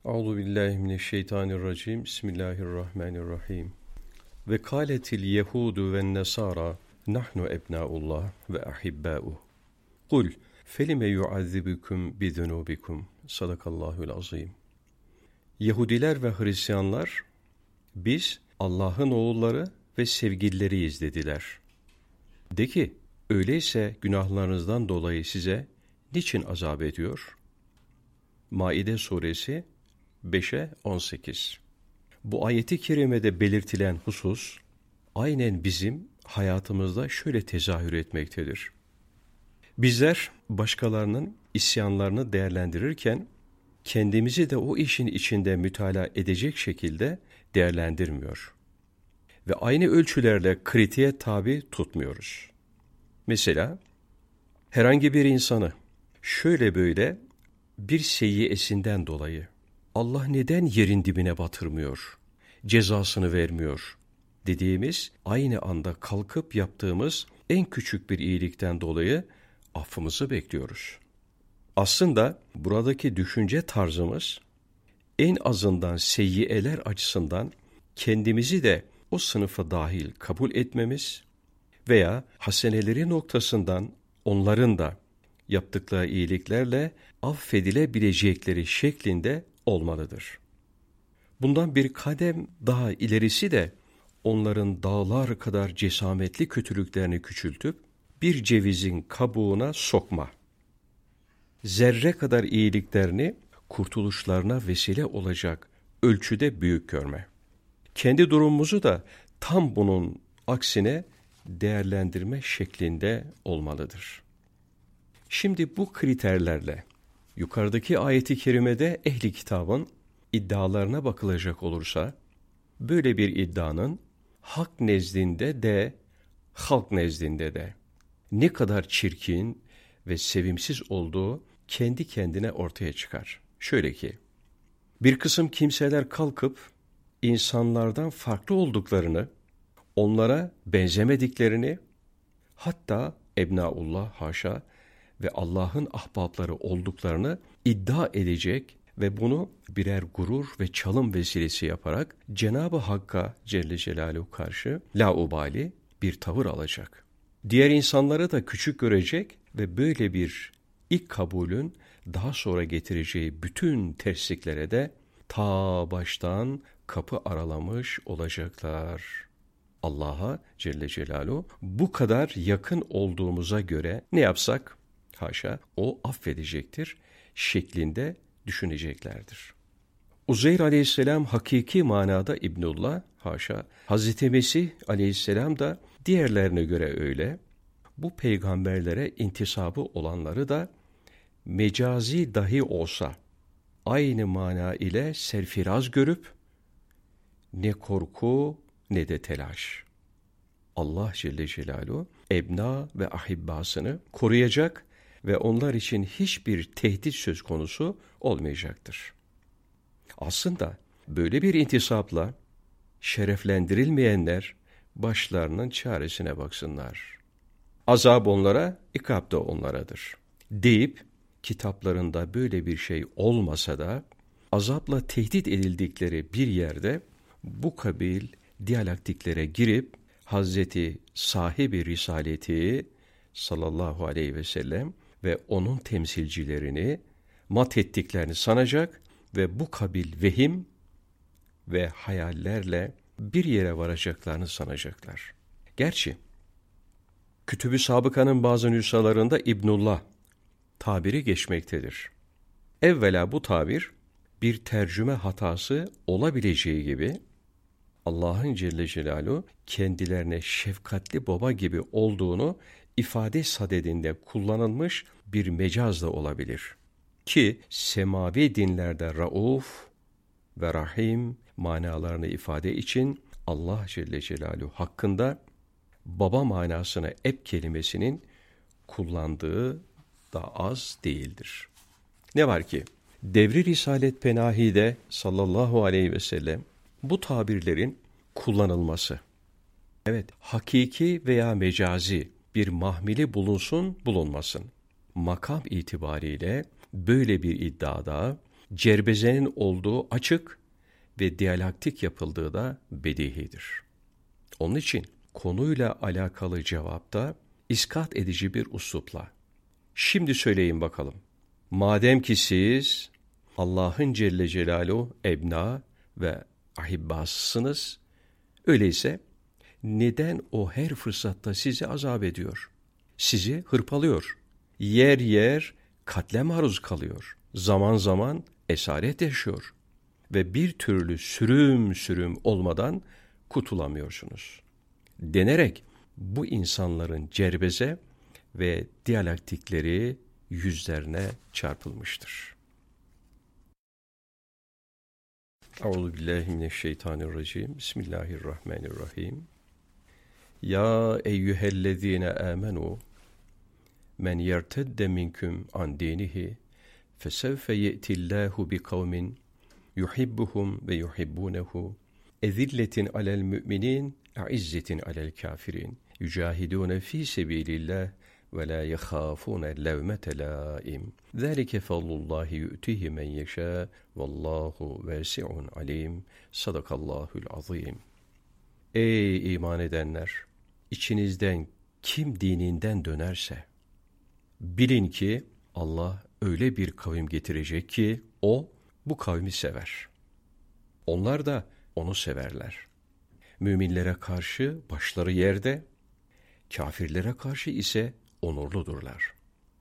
Euzubillahimineşşeytanirracim. Bismillahirrahmanirrahim. Ve kâletil yehudu ve nesara nahnu ebnaullah ve ahibbâuh. Kul felime yuazzibukum bizunubikum. Sadakallahul azim. Yahudiler ve Hristiyanlar biz Allah'ın oğulları ve sevgilileriyiz dediler. De ki öyleyse günahlarınızdan dolayı size niçin azap ediyor? Maide suresi 5'e 18. Bu ayeti kerimede belirtilen husus aynen bizim hayatımızda şöyle tezahür etmektedir. Bizler başkalarının isyanlarını değerlendirirken kendimizi de o işin içinde mütalaa edecek şekilde değerlendirmiyor ve aynı ölçülerle kritiğe tabi tutmuyoruz. Mesela herhangi bir insanı şöyle böyle bir seyyiesinden dolayı Allah neden yerin dibine batırmıyor, cezasını vermiyor dediğimiz aynı anda kalkıp yaptığımız en küçük bir iyilikten dolayı affımızı bekliyoruz. Aslında buradaki düşünce tarzımız en azından seyyiyeler açısından kendimizi de o sınıfa dahil kabul etmemiz veya haseneleri noktasından onların da yaptıkları iyiliklerle affedilebilecekleri şeklinde olmalıdır. Bundan bir kadem daha ilerisi de onların dağlar kadar cesametli kötülüklerini küçültüp bir cevizin kabuğuna sokma. Zerre kadar iyiliklerini kurtuluşlarına vesile olacak ölçüde büyük görme. Kendi durumumuzu da tam bunun aksine değerlendirme şeklinde olmalıdır. Şimdi bu kriterlerle yukarıdaki ayeti kerimede ehli kitabın iddialarına bakılacak olursa, böyle bir iddianın hak nezdinde de, halk nezdinde de ne kadar çirkin ve sevimsiz olduğu kendi kendine ortaya çıkar. Şöyle ki, bir kısım kimseler kalkıp insanlardan farklı olduklarını, onlara benzemediklerini, hatta ebnaullah haşa ve Allah'ın ahbapları olduklarını iddia edecek ve bunu birer gurur ve çalım vesilesi yaparak Cenab-ı Hakk'a Celle Celaluhu karşı laubali bir tavır alacak. Diğer insanları da küçük görecek ve böyle bir ilk kabulün daha sonra getireceği bütün tersliklere de ta baştan kapı aralamış olacaklar. Allah'a Celle Celaluhu bu kadar yakın olduğumuza göre ne yapsak? Haşa, o affedecektir şeklinde düşüneceklerdir. Uzeyr aleyhisselam hakiki manada İbnullah, haşa, Hazreti Mesih aleyhisselam da diğerlerine göre öyle, bu peygamberlere intisabı olanları da mecazi dahi olsa aynı mana ile serfiraz görüp ne korku ne de telaş. Allah Celle Celaluhu ebna ve ahibbasını koruyacak ve onlar için hiçbir tehdit söz konusu olmayacaktır. Aslında böyle bir intisapla şereflendirilmeyenler başlarının çaresine baksınlar. Azab onlara, ikab da onlaradır deyip kitaplarında böyle bir şey olmasa da azapla tehdit edildikleri bir yerde bu kabil diyalektiklere girip Hazreti sahibi risaleti sallallahu aleyhi ve sellem ve onun temsilcilerini mat ettiklerini sanacak ve bu kabil vehim ve hayallerle bir yere varacaklarını sanacaklar. Gerçi Kütüb-ü Sabıka'nın bazı nüshalarında İbnullah tabiri geçmektedir. Evvela bu tabir bir tercüme hatası olabileceği gibi Allah'ın Celle Celaluhu kendilerine şefkatli baba gibi olduğunu ifade sadedinde kullanılmış bir mecaz da olabilir. Ki semavi dinlerde Rauf ve Rahim manalarını ifade için Allah Celle Celaluhu hakkında baba manasına eb kelimesinin kullandığı da az değildir. Ne var ki Devri Risalet Penahi'de sallallahu aleyhi ve sellem bu tabirlerin kullanılması, evet hakiki veya mecazi bir mahmili bulunsun bulunmasın, makam itibariyle böyle bir iddiada cerbezenin olduğu açık ve diyalektik yapıldığı da bedihidir. Onun için konuyla alakalı cevapta iskat edici bir üslupla. Şimdi söyleyin bakalım. Madem ki siz Allah'ın Celle Celaluhu ebna ve ahibbasısınız, öyleyse neden o her fırsatta sizi azap ediyor? Sizi hırpalıyor. Yer yer katle maruz kalıyor. Zaman zaman esaret yaşıyor. Ve bir türlü sürüm sürüm olmadan kurtulamıyorsunuz. Denerek bu insanların cerbeze ve diyalektikleri yüzlerine çarpılmıştır. Euzubillahimineşşeytanirracim. Bismillahirrahmanirrahim. Ya eyyühellezine amenu men yertedde minküm an dinihi fesevfe ye'tillahu bi kavmin yuhibbuhum ve yuhibbunehu ezilletin alel müminin a'izzetin alel kafirin yücahidune fi sebilillah ve la yahafune levmete laim. Zalike fadlullahi yu'tihi men yeşâ vallahu vasi'un alim. Sadakallahul azim. Ey iman edenler! İçinizden kim dininden dönerse, bilin ki Allah öyle bir kavim getirecek ki o bu kavmi sever. Onlar da onu severler. Müminlere karşı başları yerde, kafirlere karşı ise onurludurlar.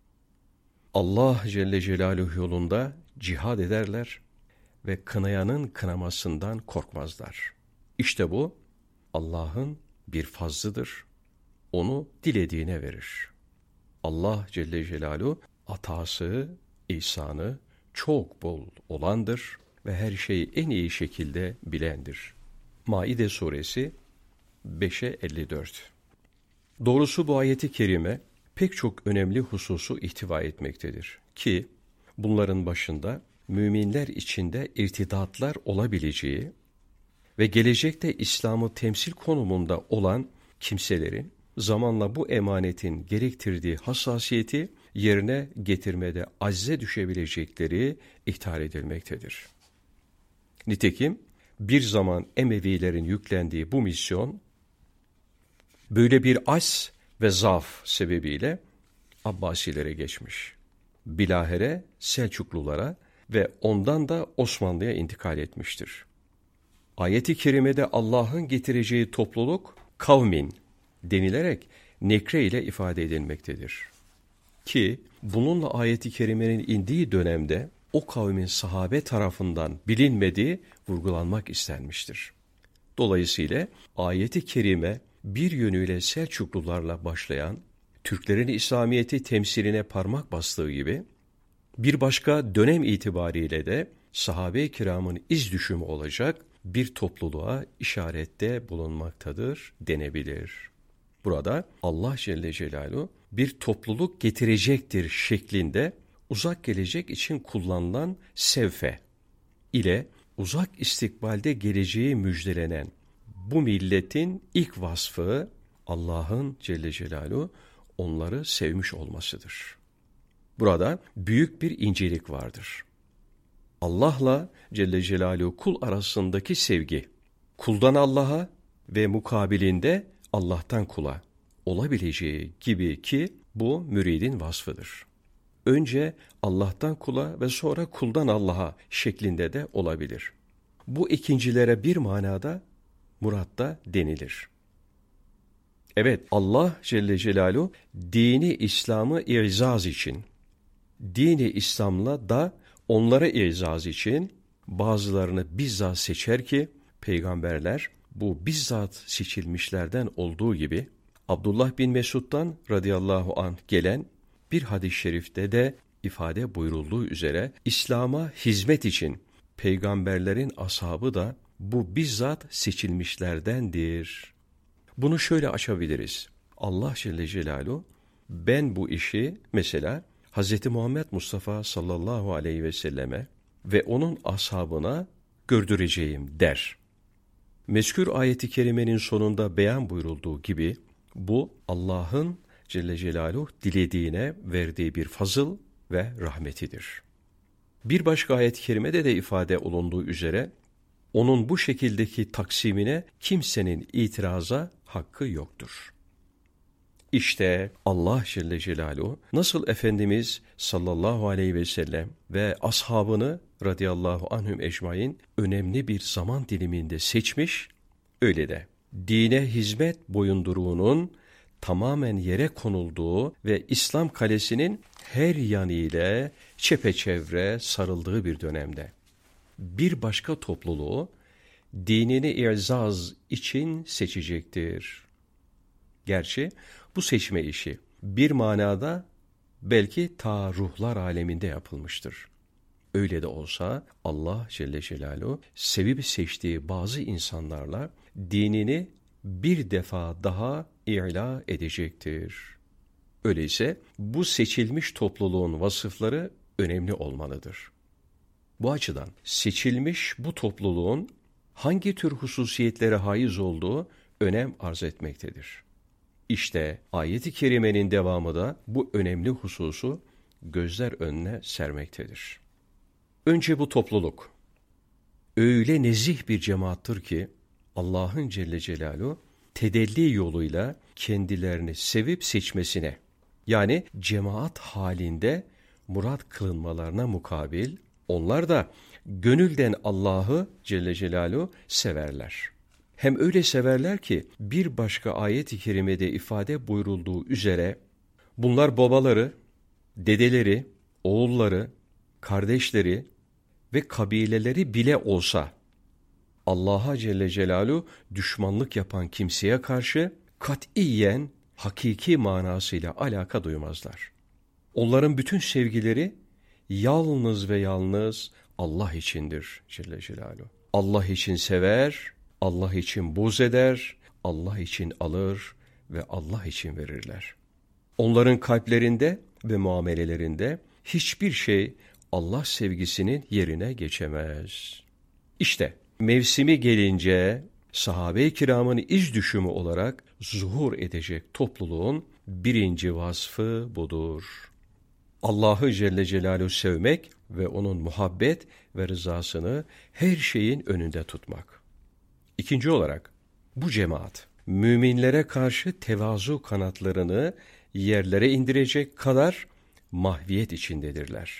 Allah Celle Celaluhu yolunda cihad ederler ve kınayanın kınamasından korkmazlar. İşte bu Allah'ın bir fazlıdır. Onu dilediğine verir. Allah Celle Celaluhu atası, ihsanı çok bol olandır ve her şeyi en iyi şekilde bilendir. Maide suresi 5'e 54. Doğrusu bu ayeti kerime pek çok önemli hususu ihtiva etmektedir ki bunların başında müminler içinde irtidatlar olabileceği ve gelecekte İslam'ı temsil konumunda olan kimselerin zamanla bu emanetin gerektirdiği hassasiyeti yerine getirmede acze düşebilecekleri ihtar edilmektedir. Nitekim bir zaman Emevilerin yüklendiği bu misyon böyle bir acz ve zaaf sebebiyle Abbasilere geçmiş. Bilahare Selçuklulara ve ondan da Osmanlı'ya intikal etmiştir. Ayet-i kerimede Allah'ın getireceği topluluk kavmin denilerek nekre ile ifade edilmektedir. Ki bununla ayet-i kerimenin indiği dönemde o kavmin sahabe tarafından bilinmediği vurgulanmak istenmiştir. Dolayısıyla ayet-i kerime bir yönüyle Selçuklularla başlayan Türklerin İslamiyet'i temsiline parmak bastığı gibi bir başka dönem itibariyle de sahabe-i kiramın iz düşümü olacak bir topluluğa işarette bulunmaktadır denebilir. Burada Allah Celle Celaluhu bir topluluk getirecektir şeklinde uzak gelecek için kullanılan sevfe ile uzak istikbalde geleceği müjdelenen bu milletin ilk vasfı Allah'ın Celle Celaluhu onları sevmiş olmasıdır. Burada büyük bir incelik vardır. Allah'la Celle Celaluhu kul arasındaki sevgi, kuldan Allah'a ve mukabilinde Allah'tan kula olabileceği gibi ki bu müridin vasfıdır. Önce Allah'tan kula ve sonra kuldan Allah'a şeklinde de olabilir. Bu ikincilere bir manada muratta denilir. Evet, Allah Celle Celaluhu dini İslam'ı izaz için, dini İslam'la da onlara izaz için bazılarını bizzat seçer ki peygamberler bu bizzat seçilmişlerden olduğu gibi Abdullah bin Mesud'dan radıyallahu anh gelen bir hadis-i şerifte de ifade buyurulduğu üzere İslam'a hizmet için peygamberlerin ashabı da bu bizzat seçilmişlerdendir. Bunu şöyle açabiliriz. Allah Celle Celaluhu ben bu işi mesela Hz. Muhammed Mustafa sallallahu aleyhi ve selleme ve onun ashabına gördüreceğim der. Mezkür ayeti kerimenin sonunda beyan buyurulduğu gibi bu Allah'ın Celle Celaluhu dilediğine verdiği bir fazıl ve rahmetidir. Bir başka ayet-i kerimede de ifade olunduğu üzere, onun bu şekildeki taksimine kimsenin itiraza hakkı yoktur. İşte Allah Celle Celaluhu nasıl Efendimiz sallallahu aleyhi ve sellem ve ashabını radıyallahu anhum ecmaîn önemli bir zaman diliminde seçmiş, öyle de dine hizmet boyunduruğunun tamamen yere konulduğu ve İslam kalesinin her yanıyla çepeçevre sarıldığı bir dönemde bir başka topluluğu dinini i'zaz için seçecektir. Gerçi bu seçme işi bir manada belki ta ruhlar aleminde yapılmıştır. Öyle de olsa Allah Celle Celaluhu sevip seçtiği bazı insanlarla dinini bir defa daha i'la edecektir. Öyleyse bu seçilmiş topluluğun vasıfları önemli olmalıdır. Bu açıdan seçilmiş bu topluluğun hangi tür hususiyetlere haiz olduğu önem arz etmektedir. İşte ayet-i kerimenin devamı da bu önemli hususu gözler önüne sermektedir. Önce bu topluluk öyle nezih bir cemaattır ki Allah'ın Celle Celaluhu tedelli yoluyla kendilerini sevip seçmesine, yani cemaat halinde murat kılınmalarına mukabil onlar da gönülden Allah'ı Celle Celaluhu severler. Hem öyle severler ki bir başka ayet-i kerimede ifade buyurulduğu üzere bunlar babaları, dedeleri, oğulları, kardeşleri ve kabileleri bile olsa Allah'a Celle Celaluhu düşmanlık yapan kimseye karşı katiyen hakiki manasıyla alaka duymazlar. Onların bütün sevgileri yalnız ve yalnız Allah içindir Celle Celaluhu. Allah için sever, Allah için buğz eder, Allah için alır ve Allah için verirler. Onların kalplerinde ve muamelelerinde hiçbir şey Allah sevgisinin yerine geçemez. İşte mevsimi gelince sahabe-i kiramın iz düşümü olarak zuhur edecek topluluğun birinci vasfı budur. Allah'ı Celle Celaluhu sevmek ve onun muhabbet ve rızasını her şeyin önünde tutmak. İkinci olarak bu cemaat müminlere karşı tevazu kanatlarını yerlere indirecek kadar mahviyet içindedirler.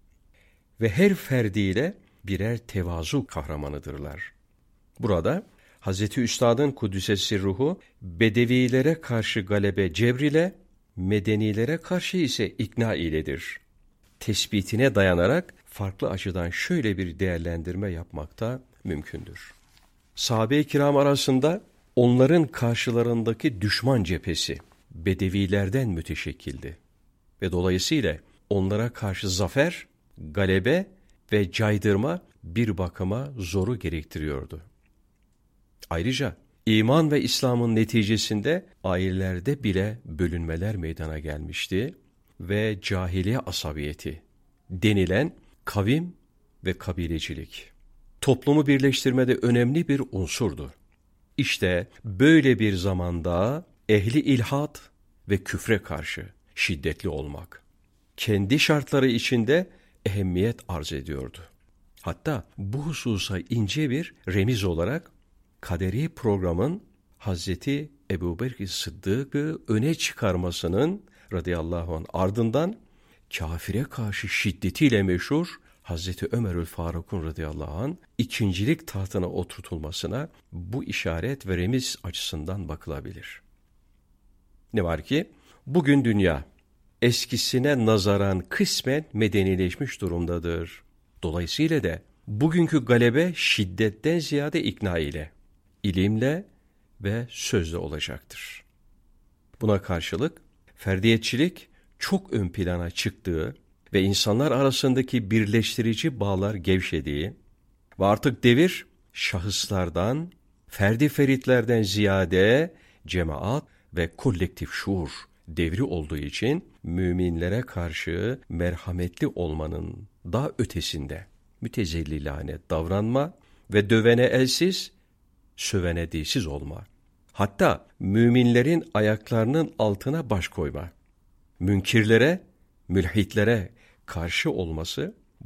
Ve her ferdiyle birer tevazu kahramanıdırlar. Burada Hazreti Üstad'ın Kuddüs'es ruhu bedevilere karşı galebe cebrile, medenilere karşı ise ikna iledir. Tespitine dayanarak farklı açıdan şöyle bir değerlendirme yapmak da mümkündür. Sahabe-i kiram arasında onların karşılarındaki düşman cephesi bedevilerden müteşekkildi. Ve dolayısıyla onlara karşı zafer, galebe ve caydırma bir bakıma zoru gerektiriyordu. Ayrıca iman ve İslam'ın neticesinde ailelerde bile bölünmeler meydana gelmişti ve cahiliye asabiyeti denilen kavim ve kabilecilik toplumu birleştirmede önemli bir unsurdu. İşte böyle bir zamanda ehli ilhat ve küfre karşı şiddetli olmak kendi şartları içinde ehemmiyet arz ediyordu. Hatta bu hususa ince bir remiz olarak kaderi programın Hazreti Ebubekir Sıddık'ı öne çıkarmasının radıyallahu anh ardından kafire karşı şiddetiyle meşhur Hazreti Ömerül Faruk'un radıyallahu anh ikincilik tahtına oturtulmasına bu işaret ve remiz açısından bakılabilir. Ne var ki bugün dünya eskisine nazaran kısmen medenileşmiş durumdadır. Dolayısıyla da bugünkü galebe şiddetten ziyade ikna ile, ilimle ve sözle olacaktır. Buna karşılık ferdiyetçilik çok ön plana çıktığı ve insanlar arasındaki birleştirici bağlar gevşediği ve artık devir şahıslardan, ferdi feritlerden ziyade cemaat ve kolektif şuur devri olduğu için müminlere karşı merhametli olmanın daha ötesinde mütezellilane davranma ve dövene elsiz, sövene dilsiz olma. Hatta müminlerin ayaklarının altına baş koyma. Münkirlere, mülhitlere karşı olması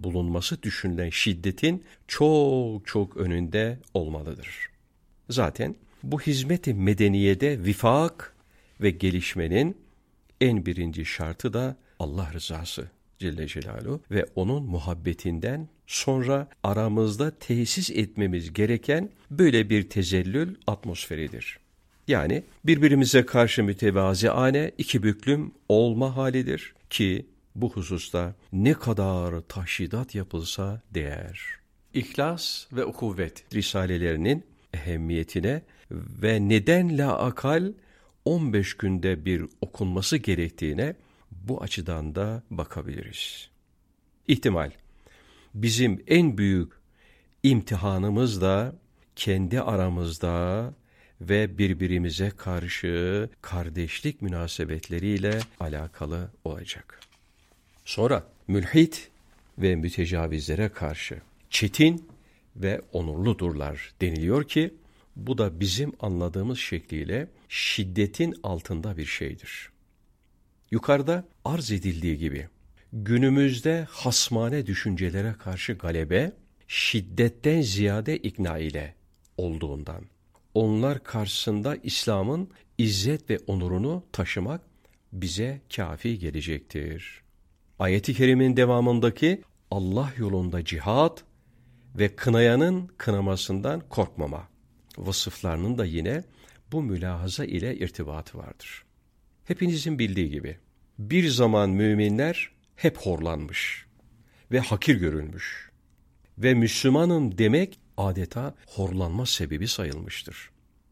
bulunması düşünülen şiddetin çok çok önünde olmalıdır. Zaten bu hizmet-i medeniyede vifak ve gelişmenin en birinci şartı da Allah rızası Celle Celaluhu ve onun muhabbetinden sonra aramızda tesis etmemiz gereken böyle bir tezellül atmosferidir. Yani birbirimize karşı mütevaziane iki büklüm olma halidir ki bu hususta ne kadar tahşidat yapılsa değer. İhlas ve ukuvvet risalelerinin ehemmiyetine ve neden laakal 15 günde bir okunması gerektiğine bu açıdan da bakabiliriz. İhtimal, bizim en büyük imtihanımız da kendi aramızda ve birbirimize karşı kardeşlik münasebetleriyle alakalı olacak. Sonra mülhit ve mütecavizlere karşı çetin ve onurludurlar deniliyor ki bu da bizim anladığımız şekliyle şiddetin altında bir şeydir. Yukarıda arz edildiği gibi günümüzde hasmane düşüncelere karşı galebe şiddetten ziyade ikna ile olduğundan onlar karşısında İslam'ın izzet ve onurunu taşımak bize kafi gelecektir. Ayet-i kerimenin devamındaki Allah yolunda cihat ve kınayanın kınamasından korkmama vasıflarının da yine bu mülahaza ile irtibatı vardır. Hepinizin bildiği gibi bir zaman müminler hep horlanmış ve hakir görülmüş ve Müslümanım demek adeta horlanma sebebi sayılmıştır.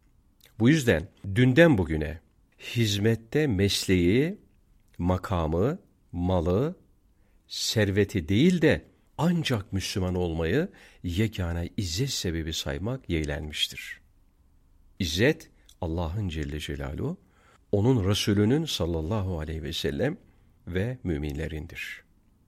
Bu yüzden dünden bugüne hizmette mesleği, makamı, malı, serveti değil de ancak Müslüman olmayı yegane izzet sebebi saymak yeğlenmiştir. İzzet Allah'ın Celle Celaluhu, onun Resulünün sallallahu aleyhi ve sellem ve müminlerindir.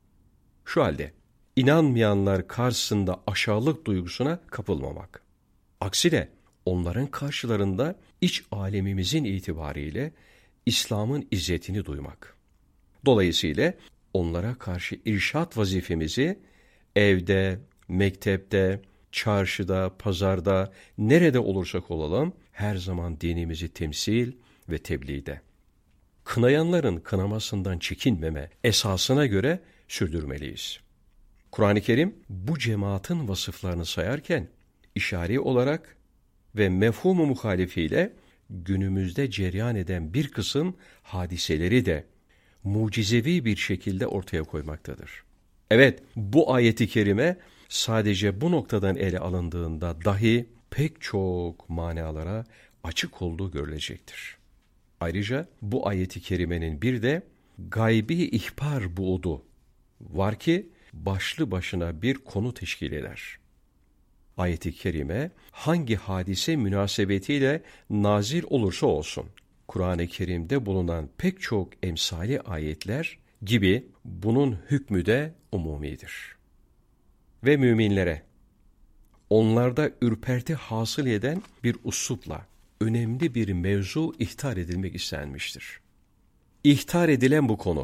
Şu halde inanmayanlar karşısında aşağılık duygusuna kapılmamak. Aksine onların karşılarında iç alemimizin itibariyle İslam'ın izzetini duymak. Dolayısıyla onlara karşı irşat vazifemizi evde, mektepte, çarşıda, pazarda, nerede olursak olalım her zaman dinimizi temsil ve tebliğde. Kınayanların kınamasından çekinmeme esasına göre sürdürmeliyiz. Kur'an-ı Kerim bu cemaatin vasıflarını sayarken işari olarak ve mefhum-u muhalifiyle günümüzde cereyan eden bir kısım hadiseleri de mucizevi bir şekilde ortaya koymaktadır. Evet, bu ayeti kerime sadece bu noktadan ele alındığında dahi pek çok manalara açık olduğu görülecektir. Ayrıca bu ayeti kerimenin bir de gaybi ihbar buğdu var ki başlı başına bir konu teşkil eder. Ayet-i kerime hangi hadise münasebetiyle nazil olursa olsun, Kur'an-ı Kerim'de bulunan pek çok emsali ayetler gibi bunun hükmü de umumidir. Ve müminlere, onlarda ürperti hasıl eden bir uslupla önemli bir mevzu ihtar edilmek istenmiştir. İhtar edilen bu konu,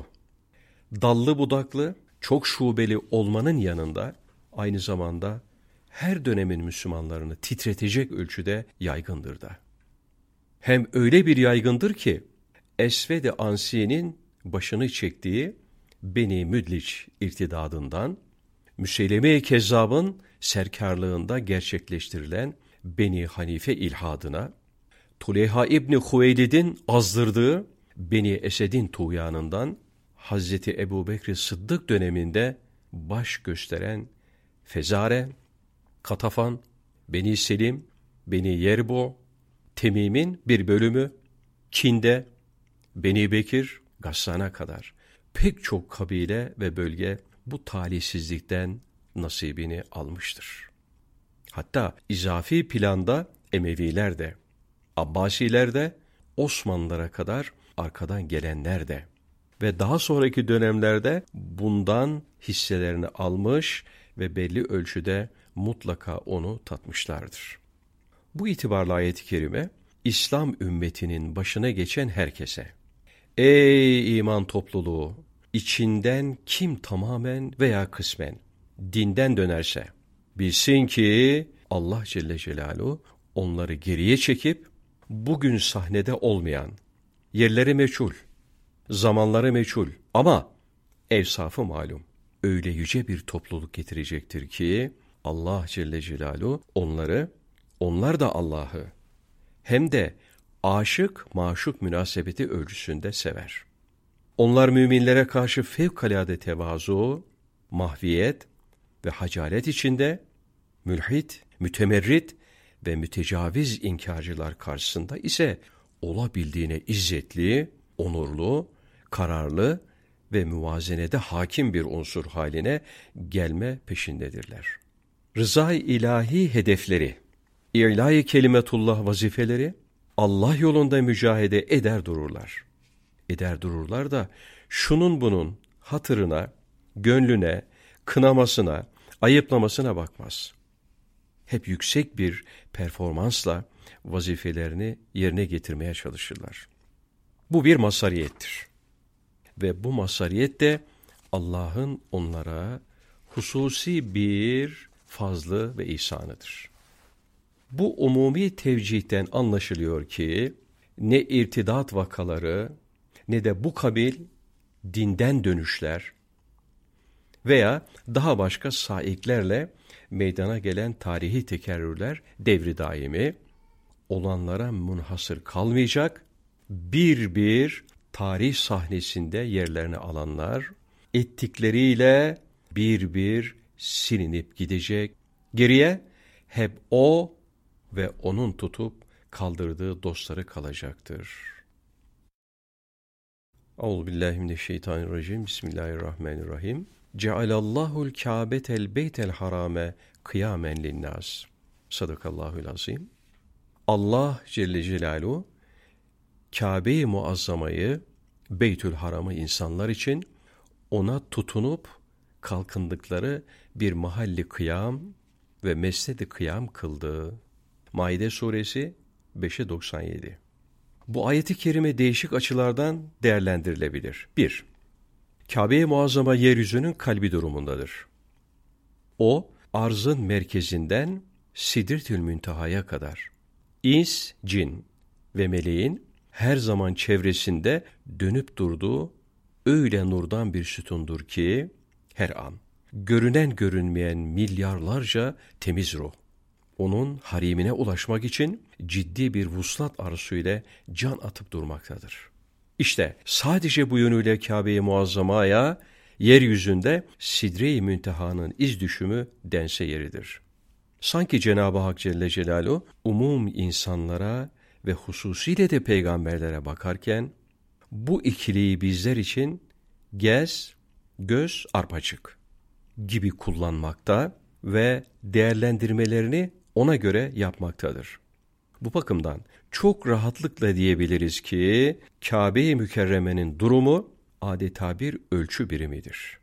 dallı budaklı, çok şubeli olmanın yanında aynı zamanda her dönemin Müslümanlarını titretecek ölçüde yaygındır da. Hem öyle bir yaygındır ki Esved-i Ansi'nin başını çektiği Beni Müdliç irtidadından, Müseyleme-i Kezzab'ın serkarlığında gerçekleştirilen Beni Hanife ilhadına, Tuleyha İbni Huveylid'in azdırdığı Beni Esed'in tuğyanından, Hazreti Ebubekr Sıddık döneminde baş gösteren Fezare, Katafan, Beni Selim, Beni Yerbo, Temim'in bir bölümü, Kinde, Beni Bekir, Gassan'a kadar pek çok kabile ve bölge bu talihsizlikten nasibini almıştır. Hatta izafi planda Emeviler de, Abbasiler de, Osmanlılara kadar arkadan gelenler de ve daha sonraki dönemlerde bundan hisselerini almış ve belli ölçüde mutlaka onu tatmışlardır. Bu itibarla ayet-i kerime, İslam ümmetinin başına geçen herkese, ey iman topluluğu, içinden kim tamamen veya kısmen dinden dönerse, bilsin ki Allah Celle Celaluhu onları geriye çekip bugün sahnede olmayan, yerleri meçhul, zamanları meçhul ama evsafı malum, öyle yüce bir topluluk getirecektir ki Allah Celle Celaluhu onları, onlar da Allah'ı hem de aşık maşuk münasebeti ölçüsünde sever. Onlar müminlere karşı fevkalade tevazu, mahviyet ve hacalet içinde, mülhit, mütemerrit ve mütecaviz inkarcılar karşısında ise olabildiğine izzetli, onurlu, kararlı ve muvazenede hakim bir unsur haline gelme peşindedirler. Rıza-i ilahi hedefleri, İlahi kelimetullah vazifeleri, Allah yolunda mücahede eder dururlar. Eder dururlar da şunun bunun hatırına, gönlüne, kınamasına, ayıplamasına bakmaz. Hep yüksek bir performansla vazifelerini yerine getirmeye çalışırlar. Bu bir mazhariyettir. Ve bu mazhariyet de Allah'ın onlara hususi bir fazlı ve ihsanıdır. Bu umumi tevcihten anlaşılıyor ki ne irtidat vakaları ne de bu kabil dinden dönüşler veya daha başka saiklerle meydana gelen tarihi tekerrürler devri daimi olanlara münhasır kalmayacak, bir bir tarih sahnesinde yerlerini alanlar ettikleriyle bir bir silinip gidecek. Geriye hep o ve onun tutup kaldırdığı dostları kalacaktır. Euzubillahimineşşeytanirracim. Bismillahirrahmanirrahim. Cealallahu'l Kâbetel beytel harame kıyamen linnâs. Sadakallahul azim. Allah Celle Celaluhu Kâbe-i Muazzama'yı, Beytül Haram'ı insanlar için ona tutunup kalkındıkları bir mahalli kıyam ve mesned-i kıyam kıldı. Maide suresi 5'e 97. Bu ayeti kerime değişik açılardan değerlendirilebilir. 1. Kâbe-i Muazzama yeryüzünün kalbi durumundadır. O, arzın merkezinden Sidretül Münteha'ya kadar İns, cin ve meleğin her zaman çevresinde dönüp durduğu öyle nurdan bir sütundur ki her an görünen görünmeyen milyarlarca temiz ruh onun harimine ulaşmak için ciddi bir vuslat arzusu ile can atıp durmaktadır. İşte sadece bu yönüyle Kâbe-i Muazzama'ya yeryüzünde Sidre-i Münteha'nın iz düşümü dense yeridir. Sanki Cenab-ı Hak Celle Celaluhu umum insanlara ve hususiyle de peygamberlere bakarken bu ikiliyi bizler için gez, göz, arpacık gibi kullanmakta ve değerlendirmelerini ona göre yapmaktadır. Bu bakımdan çok rahatlıkla diyebiliriz ki Kâbe-i Mükerreme'nin durumu adeta bir ölçü birimidir.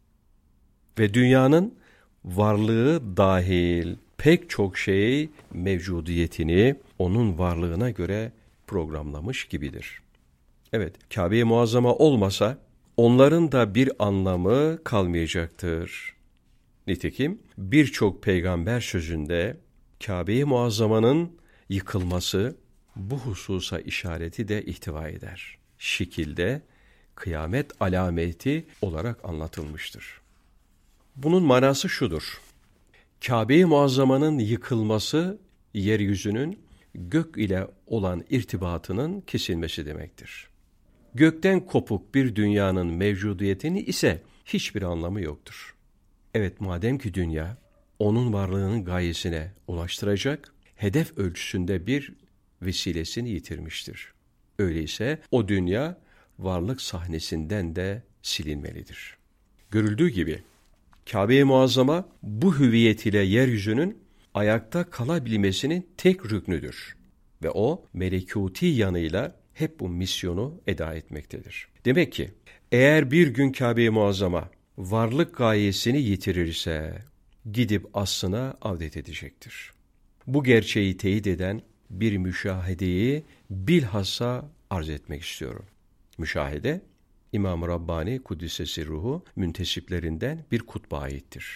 Ve dünyanın varlığı dahil pek çok şey mevcudiyetini onun varlığına göre programlamış gibidir. Evet, Kâbe-i Muazzama olmasa onların da bir anlamı kalmayacaktır. Nitekim birçok peygamber sözünde Kâbe-i Muazzama'nın yıkılması bu hususa işareti de ihtiva eder. Şekilde kıyamet alameti olarak anlatılmıştır. Bunun manası şudur. Kâbe-i Muazzama'nın yıkılması yeryüzünün gök ile olan irtibatının kesilmesi demektir. Gökten kopuk bir dünyanın mevcudiyetini ise hiçbir anlamı yoktur. Evet, madem ki dünya onun varlığının gayesine ulaştıracak, hedef ölçüsünde bir vesilesini yitirmiştir. Öyleyse o dünya varlık sahnesinden de silinmelidir. Görüldüğü gibi Kâbe-i Muazzama bu hüviyet ile yeryüzünün ayakta kalabilmesinin tek rüknüdür. Ve o melekuti yanıyla hep bu misyonu eda etmektedir. Demek ki eğer bir gün Kâbe-i Muazzama varlık gayesini yitirirse gidip aslına avdet edecektir. Bu gerçeği teyit eden bir müşahedeyi bilhassa arz etmek istiyorum. Müşahede, İmam-ı Rabbani Kuddisesi Ruhu müntesiplerinden bir kutba aittir.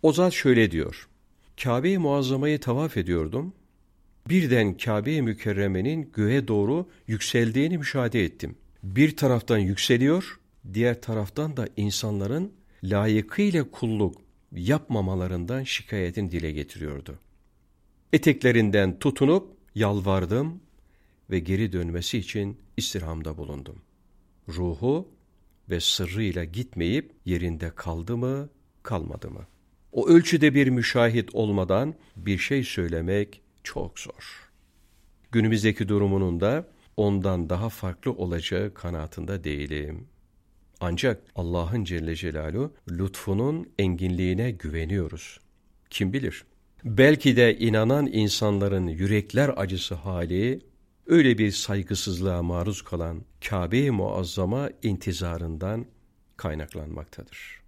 O zat şöyle diyor: Kabe-i Muazzama'yı tavaf ediyordum. Birden Kabe-i Mükerreme'nin göğe doğru yükseldiğini müşahede ettim. Bir taraftan yükseliyor, diğer taraftan da insanların layıkıyla kulluk yapmamalarından şikayetini dile getiriyordu. Eteklerinden tutunup yalvardım ve geri dönmesi için istirhamda bulundum. Ruhu ve sırrıyla gitmeyip yerinde kaldı mı, kalmadı mı? O ölçüde bir müşahit olmadan bir şey söylemek çok zor. Günümüzdeki durumunun da ondan daha farklı olacağı kanaatinde değilim. Ancak Allah'ın Celle Celaluhu lütfunun enginliğine güveniyoruz. Kim bilir? Belki de inanan insanların yürekler acısı hali, öyle bir saygısızlığa maruz kalan Kabe-i Muazzama intizarından kaynaklanmaktadır.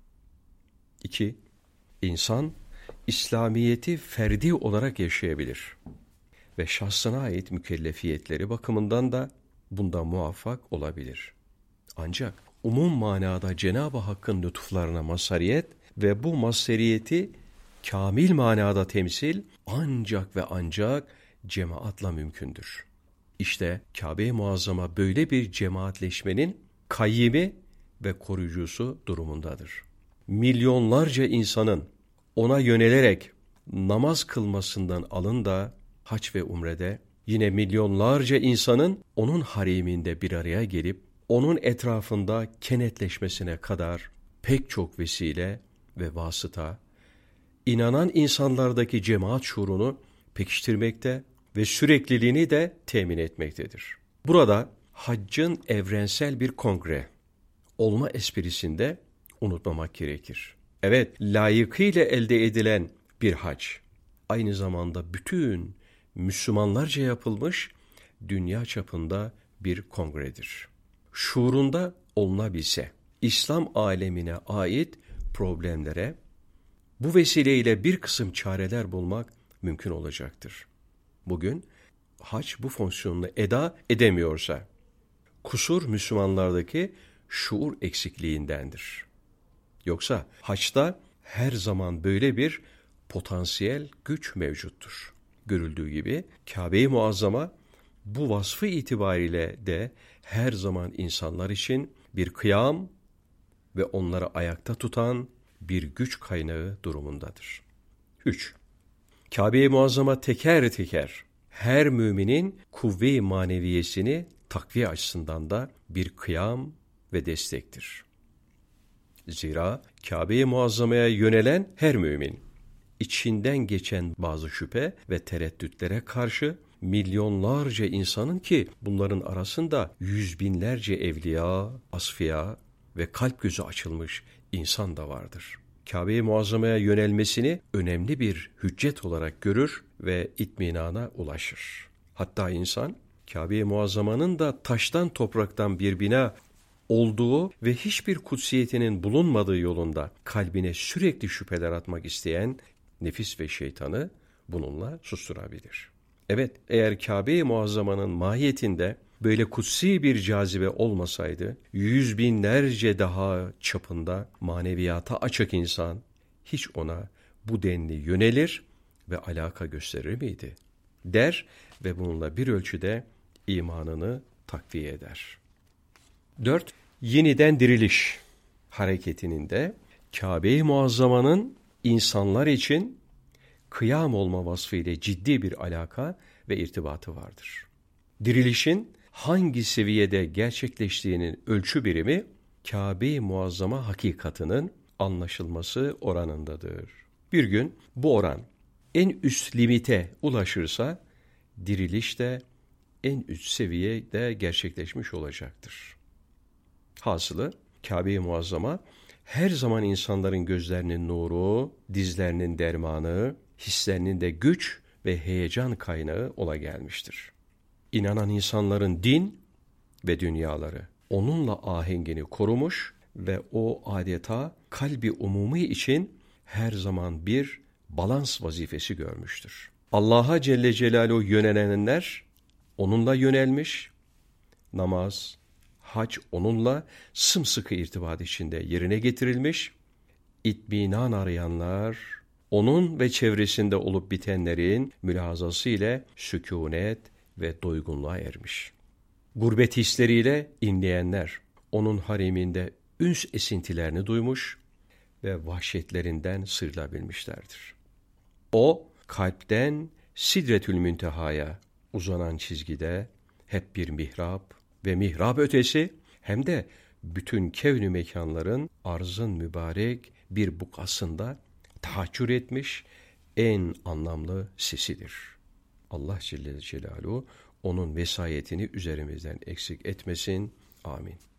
2. İnsan, İslamiyeti ferdi olarak yaşayabilir ve şahsına ait mükellefiyetleri bakımından da bunda muvaffak olabilir. Ancak umum manada Cenab-ı Hakk'ın lütuflarına mazhariyet ve bu mazhariyeti kamil manada temsil ancak ve ancak cemaatla mümkündür. İşte Kabe-i Muazzama böyle bir cemaatleşmenin kayyimi ve koruyucusu durumundadır. Milyonlarca insanın ona yönelerek namaz kılmasından alın da hac ve umrede yine milyonlarca insanın onun hariminde bir araya gelip onun etrafında kenetleşmesine kadar pek çok vesile ve vasıta, inanan insanlardaki cemaat şuurunu pekiştirmekte ve sürekliliğini de temin etmektedir. Burada haccın evrensel bir kongre olma esprisinde unutmamak gerekir. Evet, layıkıyla elde edilen bir hac, aynı zamanda bütün Müslümanlarca yapılmış dünya çapında bir kongredir. Şuurunda olunabilse, İslam alemine ait problemlere bu vesileyle bir kısım çareler bulmak mümkün olacaktır. Bugün hac bu fonksiyonunu eda edemiyorsa, kusur Müslümanlardaki şuur eksikliğindendir. Yoksa haçta her zaman böyle bir potansiyel güç mevcuttur. Görüldüğü gibi Kabe-i Muazzama bu vasfı itibariyle de her zaman insanlar için bir kıyam ve onları ayakta tutan bir güç kaynağı durumundadır. 3. Kabe-i Muazzama teker teker her müminin kuvve-i maneviyesini takviye açısından da bir kıyam ve destektir. Zira Kabe-i Muazzama'ya yönelen her mümin, içinden geçen bazı şüphe ve tereddütlere karşı milyonlarca insanın ki bunların arasında yüz binlerce evliya, asfiya ve kalp gözü açılmış insan da vardır. Kabe-i Muazzama'ya yönelmesini önemli bir hüccet olarak görür ve itminana ulaşır. Hatta insan Kabe-i Muazzama'nın da taştan topraktan bir bina olduğu ve hiçbir kutsiyetinin bulunmadığı yolunda kalbine sürekli şüpheler atmak isteyen nefis ve şeytanı bununla susturabilir. Evet, eğer Kabe-i Muazzama'nın mahiyetinde böyle kutsi bir cazibe olmasaydı, yüz binlerce daha çapında maneviyata açık insan hiç ona bu denli yönelir ve alaka gösterir miydi? Der ve bununla bir ölçüde imanını takviye eder. 4. Yeniden diriliş hareketinin de Kabe-i Muazzama'nın insanlar için kıyam olma vasfıyla ciddi bir alaka ve irtibatı vardır. Dirilişin hangi seviyede gerçekleştiğinin ölçü birimi Kabe-i Muazzama hakikatının anlaşılması oranındadır. Bir gün bu oran en üst limite ulaşırsa diriliş de en üst seviyede gerçekleşmiş olacaktır. Hasılı Kabe-i Muazzama her zaman insanların gözlerinin nuru, dizlerinin dermanı, hislerinin de güç ve heyecan kaynağı ola gelmiştir. İnanan insanların din ve dünyaları onunla ahengini korumuş ve o adeta kalbi umumi için her zaman bir balans vazifesi görmüştür. Allah'a Celle Celaluhu yönelenler onunla yönelmiş, namaz, hac onunla sımsıkı irtibat içinde yerine getirilmiş, itminan arayanlar onun ve çevresinde olup bitenlerin mülahazası ile sükunet ve doygunluğa ermiş. Gurbet hisleriyle inleyenler, onun hareminde üns esintilerini duymuş ve vahşetlerinden sıyrılabilmişlerdir. O, kalpten Sidretül Münteha'ya uzanan çizgide hep bir mihrap ve mihrap ötesi hem de bütün kevn-ü mekanların arzın mübarek bir bukasında tahaccür etmiş en anlamlı sesidir. Allah Celle Celaluhu onun vesayetini üzerimizden eksik etmesin. Amin.